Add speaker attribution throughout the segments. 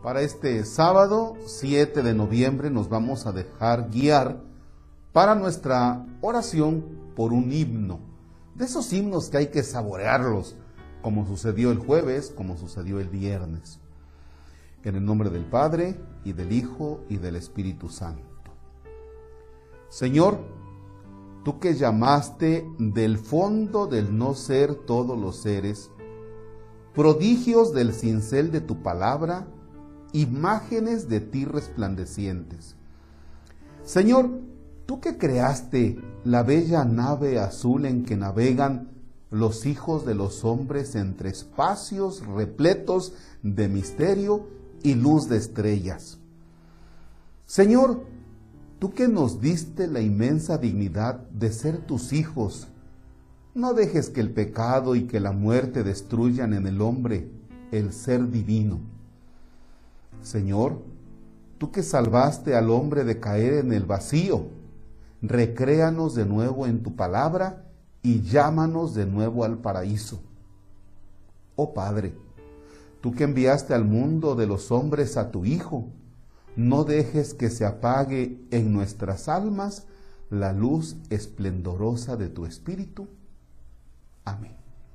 Speaker 1: Para este sábado 7 de noviembre nos vamos a dejar guiar para nuestra oración por un himno. De esos himnos que hay que saborearlos, como sucedió el jueves, como sucedió el viernes. En el nombre del Padre, y del Hijo, y del Espíritu Santo. Señor, tú que llamaste del fondo del no ser todos los seres, prodigios del cincel de tu palabra, imágenes de ti resplandecientes. Señor, tú que creaste la bella nave azul en que navegan los hijos de los hombres entre espacios repletos de misterio y luz de estrellas. Señor, tú que nos diste la inmensa dignidad de ser tus hijos, no dejes que el pecado y que la muerte destruyan en el hombre el ser divino. Señor, tú que salvaste al hombre de caer en el vacío, recréanos de nuevo en tu palabra y llámanos de nuevo al paraíso. Oh Padre, tú que enviaste al mundo de los hombres a tu Hijo, no dejes que se apague en nuestras almas la luz esplendorosa de tu Espíritu. Amén.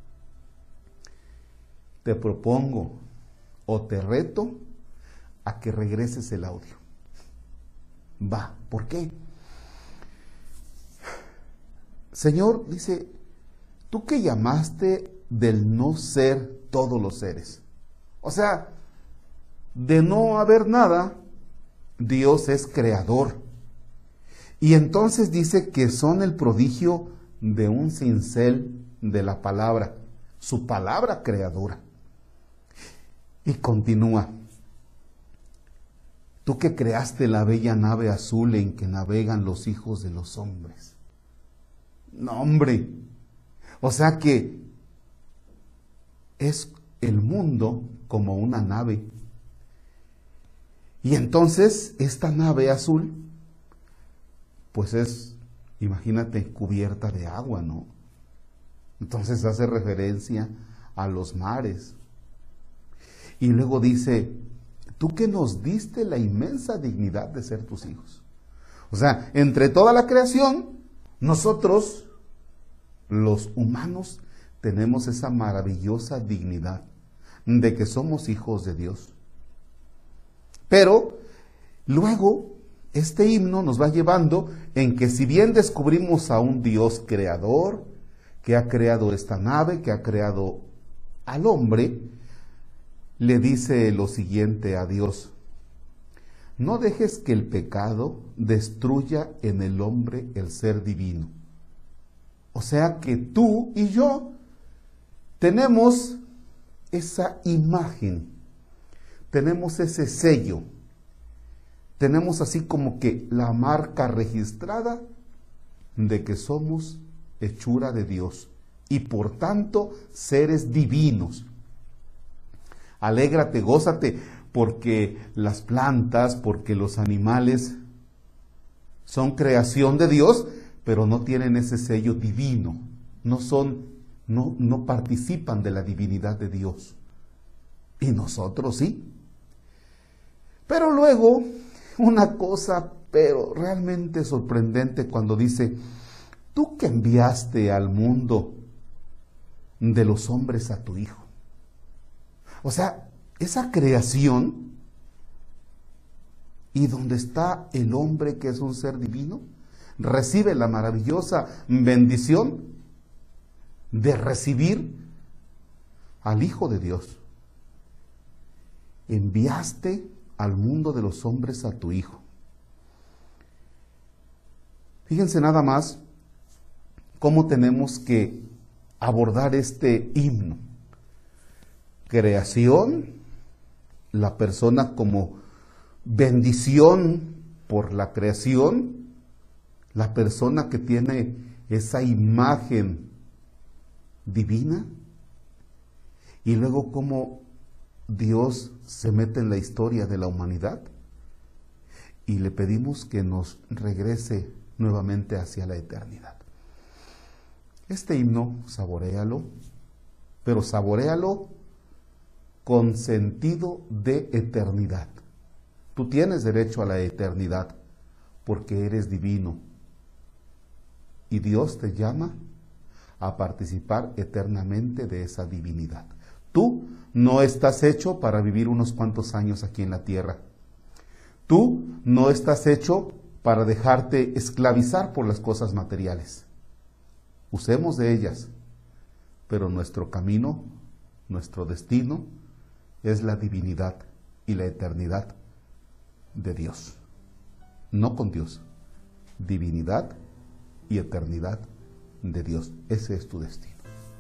Speaker 1: Te propongo o te reto a que regreses el audio. Va, ¿por qué? Señor, dice, tú que llamaste del no ser todos los seres. O sea, de no haber nada, Dios es creador. Y entonces dice que son el prodigio de un cincel de la palabra, su palabra creadora. Y continúa. Tú que creaste la bella nave azul en que navegan los hijos de los hombres. No, hombre. O sea que es el mundo como una nave. Y entonces esta nave azul, pues es, imagínate, cubierta de agua, ¿no? Entonces hace referencia a los mares. Y luego dice, tú que nos diste la inmensa dignidad de ser tus hijos. O sea, entre toda la creación, nosotros, los humanos, tenemos esa maravillosa dignidad de que somos hijos de Dios. Pero luego este himno nos va llevando en que si bien descubrimos a un Dios creador, que ha creado esta nave, que ha creado al hombre, le dice lo siguiente a Dios: no dejes que el pecado destruya en el hombre el ser divino. O sea que tú y yo tenemos esa imagen, tenemos ese sello, tenemos así como que la marca registrada de que somos hechura de Dios y por tanto seres divinos. Alégrate, gózate, porque las plantas, porque los animales son creación de Dios, pero no tienen ese sello divino, no participan de la divinidad de Dios. Y nosotros sí. Pero luego, una cosa, pero realmente sorprendente cuando dice, tú que enviaste al mundo de los hombres a tu Hijo. O sea, esa creación, y donde está el hombre que es un ser divino, recibe la maravillosa bendición de recibir al Hijo de Dios. Enviaste al mundo de los hombres a tu Hijo. Fíjense nada más cómo tenemos que abordar este himno. Creación, la persona como bendición por la creación, la persona que tiene esa imagen divina, y luego cómo Dios se mete en la historia de la humanidad y le pedimos que nos regrese nuevamente hacia la eternidad. Este himno, saboréalo, pero saboréalo con sentido de eternidad. Tú tienes derecho a la eternidad porque eres divino y Dios te llama a participar eternamente de esa divinidad. Tú no estás hecho para vivir unos cuantos años aquí en la tierra. Tú no estás hecho para dejarte esclavizar por las cosas materiales. Usemos de ellas, pero nuestro camino, nuestro destino, es la divinidad y la eternidad de Dios. No con Dios, divinidad y eternidad de Dios. Ese es tu destino.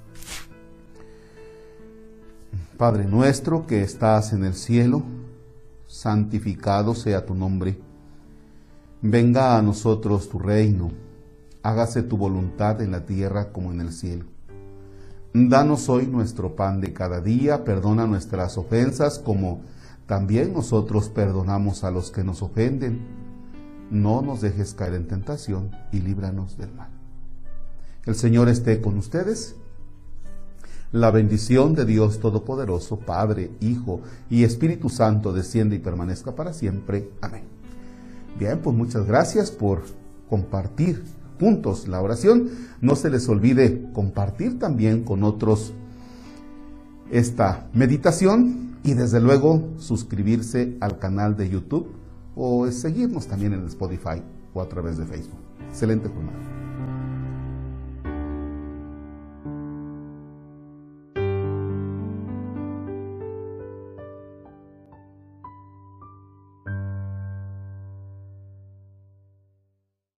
Speaker 1: Padre nuestro que estás en el cielo, santificado sea tu nombre. Venga a nosotros tu reino. Hágase tu voluntad en la tierra como en el cielo. Danos hoy nuestro pan de cada día. Perdona nuestras ofensas como también nosotros perdonamos a los que nos ofenden. No nos dejes caer en tentación y líbranos del mal. El Señor esté con ustedes. La bendición de Dios Todopoderoso, Padre, Hijo y Espíritu Santo, desciende y permanezca para siempre. Amén. Bien, pues muchas gracias por compartir juntos la oración. No se les olvide compartir también con otros esta meditación y desde luego suscribirse al canal de YouTube o seguirnos también en Spotify o a través de Facebook. Excelente jornada.